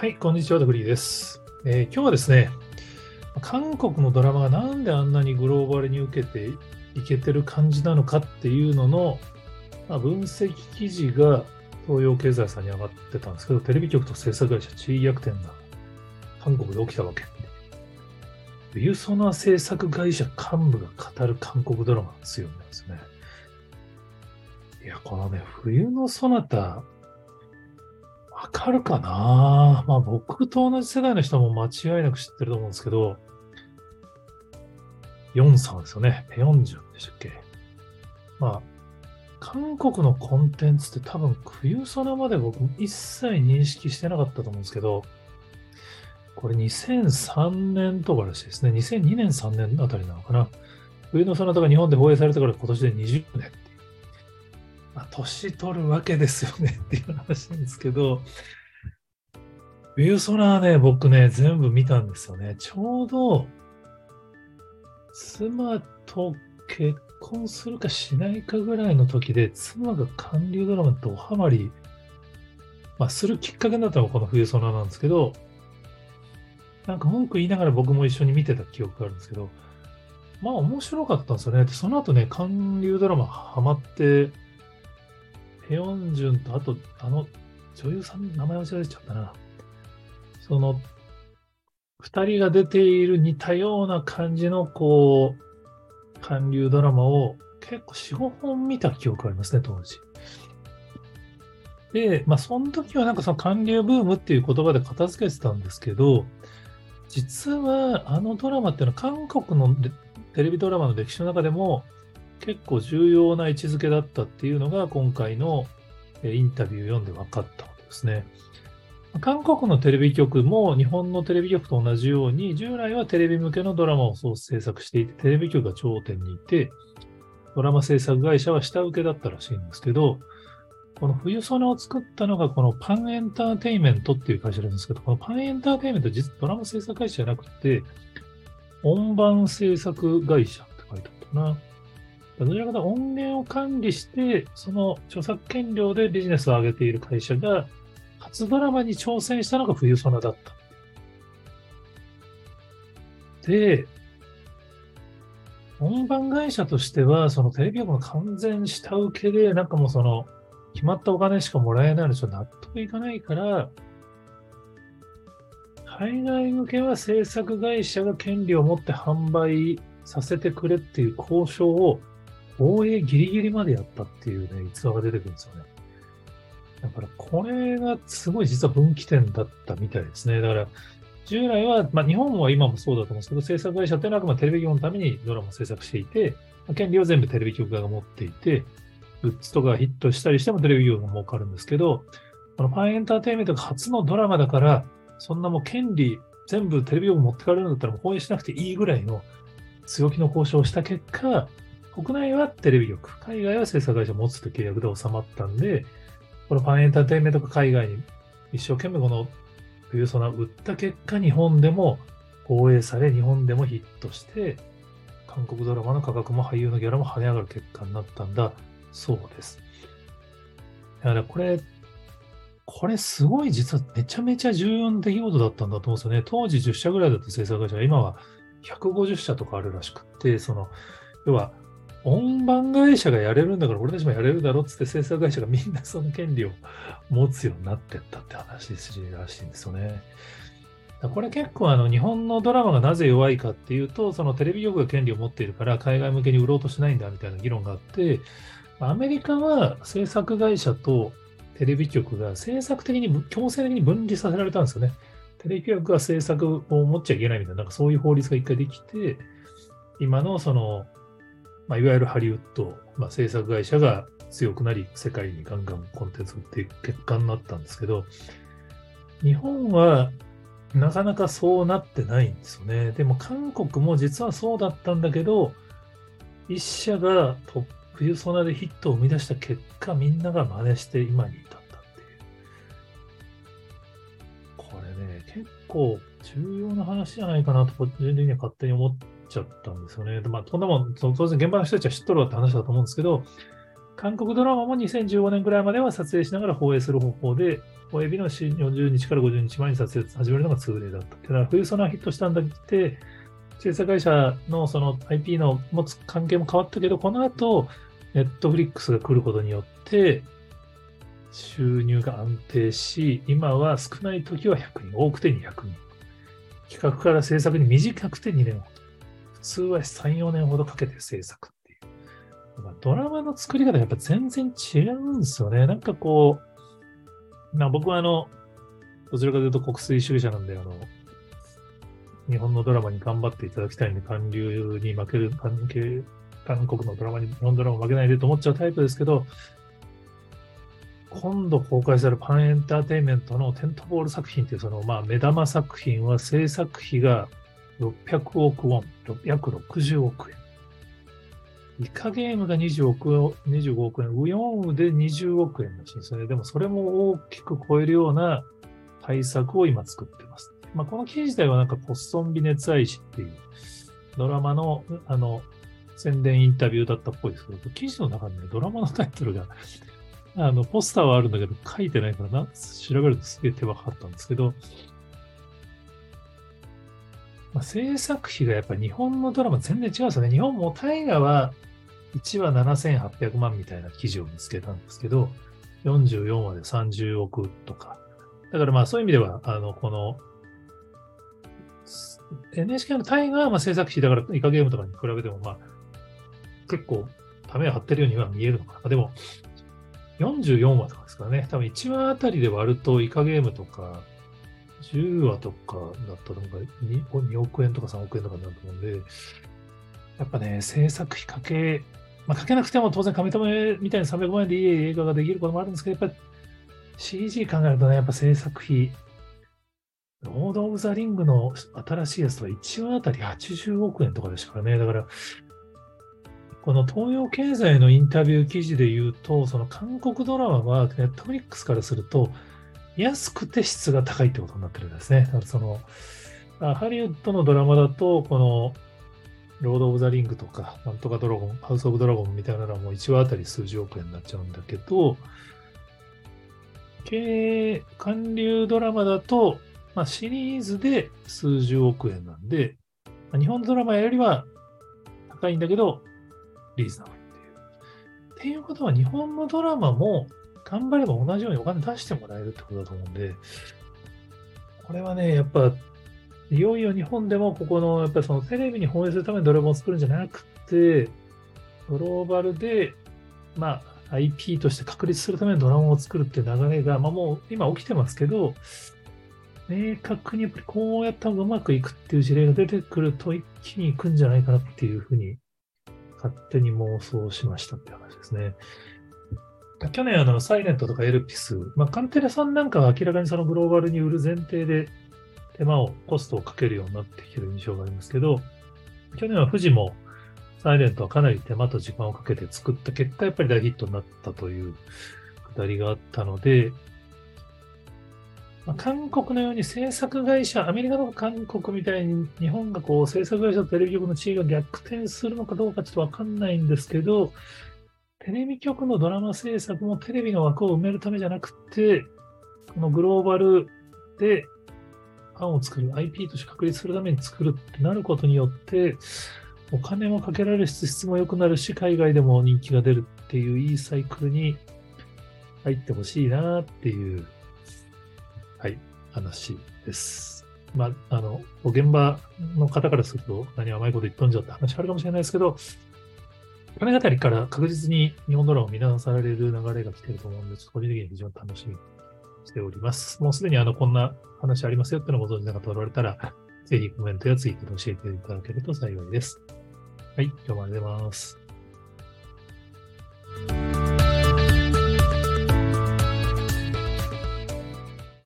はい、こんにちは、フリーです。今日はですね、韓国のドラマがなんであんなにグローバルに受けていけてる感じなのかっていうのの、分析記事が東洋経済さんに上がってたんですけど、テレビ局と制作会社地位逆転が韓国で起きたわけ。ユソナ制作会社幹部が語る韓国ドラマの強みなんですね。いや、このね、冬のソナタ、わかるかな。僕と同じ世代の人も間違いなく知ってると思うんですけど、ヨンさんですよね。ペヨンジュンでしたっけ。まあ、韓国のコンテンツって多分、冬ソナまで僕一切認識してなかったと思うんですけど、これ2003年とからしいですね。2002年、3年あたりなのかな。冬のソナタが日本で放映されてから今年で20年。年取るわけですよねっていう話なんですけど、冬ソナはね、僕ね、全部見たんですよね。ちょうど、妻と結婚するかしないかぐらいの時で、妻が韓流ドラマにドハマり、するきっかけになったのがこの冬ソナなんですけど、なんか文句言いながら僕も一緒に見てた記憶があるんですけど、面白かったんですよね。で、その後ね、韓流ドラマハマって、ペヨンジュンと、あと、女優さんの名前忘れちゃったな。その、二人が出ている似たような感じの、韓流ドラマを結構4、5本見た記憶がありますね、当時。で、その時はなんかその韓流ブームっていう言葉で片付けてたんですけど、実はあのドラマっていうのは韓国のテレビドラマの歴史の中でも結構重要な位置づけだったっていうのが今回のインタビューを読んで分かったわけですね。韓国のテレビ局も日本のテレビ局と同じように、従来はテレビ向けのドラマを制作していて、テレビ局が頂点にいて、ドラマ制作会社は下請けだったらしいんですけど、この冬ソナを作ったのがこのパンエンターテイメントっていう会社なんですけど、このパンエンターテイメントは実はドラマ制作会社じゃなくて、音盤制作会社って書いてあったかな。どちらかというと音源を管理して、その著作権料でビジネスを上げている会社が、初ドラマに挑戦したのが冬ソナだった。で、音盤会社としては、そのテレビ局の完全下請けで、なんかもうその、決まったお金しかもらえないのちょっと納得いかないから、海外向けは制作会社が権利を持って販売させてくれっていう交渉を放映ギリギリまでやったっていうね、逸話が出てくるんですよね。だからこれがすごい実は分岐点だったみたいですね。だから従来は、日本は今もそうだと思うんですけど、制作会社っていうのはあくまでテレビ業のためにドラマを制作していて、権利は全部テレビ局側が持っていて、グッズとかヒットしたりしてもテレビ業が儲かるんですけど、このパンエンターテインメントが初のドラマだから、そんなもう権利全部テレビ局持ってかれるんだったらもう放映しなくていいぐらいの強気の交渉をした結果、国内はテレビ局、海外は制作会社を持つという契約で収まったんで、このパンエンターテインメントが海外に一生懸命この冬ソナを売った結果、日本でも放映され、日本でもヒットして、韓国ドラマの価格も俳優のギャラも跳ね上がる結果になったんだそうです。だからこれすごい実はめちゃめちゃ重要な出来事だったんだと思うんですよね。当時10社ぐらいだった制作会社が今は150社とかあるらしくって、要は音盤会社がやれるんだから俺たちもやれるだろうっつって制作会社がみんなその権利を持つようになってったって話らしいんですよね。これ結構日本のドラマがなぜ弱いかっていうと、そのテレビ局が権利を持っているから海外向けに売ろうとしないんだみたいな議論があって、アメリカは制作会社とテレビ局が制作的に強制的に分離させられたんですよね。テレビ局は制作を持っちゃいけないみたいな、なんかそういう法律が一回できて、今のいわゆるハリウッド、制作会社が強くなり、世界にガンガンコンテンツを売っていく結果になったんですけど、日本はなかなかそうなってないんですよね。でも韓国も実はそうだったんだけど、一社が冬ソナでヒットを生み出した結果、みんなが真似して今に至ったっていう。これね、結構重要な話じゃないかなと、個人的には勝手に思っちゃったんですよね。でこんなもん、当然現場の人たちは知っとるわって話だと思うんですけど、 韓国ドラマも2015年くらいまでは撮影しながら放映する方法で、放映日の40日から50日前に撮影始めるのが通例だった。だから冬ソナヒットしたんだって、制作会社のその IP の持つ関係も変わったけど、この後、ネットフリックスが来ることによって、収入が安定し、今は少ない時は100人、多くて200人。企画から制作に短くて2年ほど。普通は3、4年ほどかけて制作っていう。ドラマの作り方がやっぱ全然違うんですよね。なんかこう、僕はどちらかというと国粋主義者なんで、日本のドラマに頑張っていただきたいんで、韓流に負ける、韓国のドラマに日本ドラマ負けないでと思っちゃうタイプですけど、今度公開されるパンエンターテインメントのテントボール作品っていう目玉作品は制作費が600億ウォン、約60億円。イカゲームが25億円、ウヨンウで20億円らしいんですよね。でもそれも大きく超えるような対策を今作ってます。この記事自体はなんかポッソンビ熱愛師っていうドラマの宣伝インタビューだったっぽいですけど、記事の中にね、ドラマのタイトルがポスターはあるんだけど書いてないからな、調べるとすげえ手間かかったんですけど、制作費がやっぱ日本のドラマ全然違うんですよね。日本も大河は1話7800万みたいな記事を見つけたんですけど、44話で30億とか。だからそういう意味では、この NHK の大河は制作費だからイカゲームとかに比べても結構ためを張ってるようには見えるのかな。でも44話とかですからね。多分1話あたりで割るとイカゲームとか10話とかだったら2億円とか3億円とかになると思うんで、やっぱね、制作費かけなくても当然亀止めみたいに300万円でいい映画ができることもあるんですけど、やっぱ CG 考えるとね、やっぱ制作費、ロード・オブ・ザ・リングの新しいやつとか1話あたり80億円とかでしたからね。だから、この東洋経済のインタビュー記事で言うと、その韓国ドラマはネットフリックスからすると、安くて質が高いってことになってるんですね。だからハリウッドのドラマだと、このロード・オブ・ザ・リングとか、なんとかドラゴン、ハウス・オブ・ドラゴンみたいなのはもう1話あたり数十億円になっちゃうんだけど、韓流ドラマだと、シリーズで数十億円なんで、日本ドラマよりは高いんだけど、リーズナブルっていう。っていうことは、日本のドラマも頑張れば同じようにお金出してもらえるってことだと思うんで、これはね、やっぱ、いよいよ日本でもここの、やっぱりそのテレビに放映するためにドラマを作るんじゃなくて、グローバルで、IP として確立するためにドラマを作るっていう流れが、もう今起きてますけど、明確にやっぱりこうやった方がうまくいくっていう事例が出てくると一気にいくんじゃないかなっていうふうに勝手に妄想しましたって話ですね。去年サイレントとかエルピス、カンテレさんなんかは明らかにそのグローバルに売る前提でコストをかけるようになってきている印象がありますけど、去年は富士もサイレントはかなり手間と時間をかけて作った結果、やっぱり大ヒットになったというくだりがあったので、韓国のように制作会社、アメリカとか韓国みたいに日本が制作会社とテレビ局の地位が逆転するのかどうかちょっとわかんないんですけど、テレビ局のドラマ制作もテレビの枠を埋めるためじゃなくて、このグローバルでファンを作る、IP として確立するために作るってなることによって、お金もかけられるし、質も良くなるし、海外でも人気が出るっていういいサイクルに入ってほしいなっていう、話です。現場の方からすると何甘いこと言っとんじゃって話あるかもしれないですけど、物語から確実に日本ドラマを見直される流れが来ていると思うので、個人的に非常に楽しみにしております。もうすでにこんな話ありますよっていうのをご存知の方おられたら、ぜひコメントやツイートで教えていただけると幸いです。はい、今日もありがとうございます。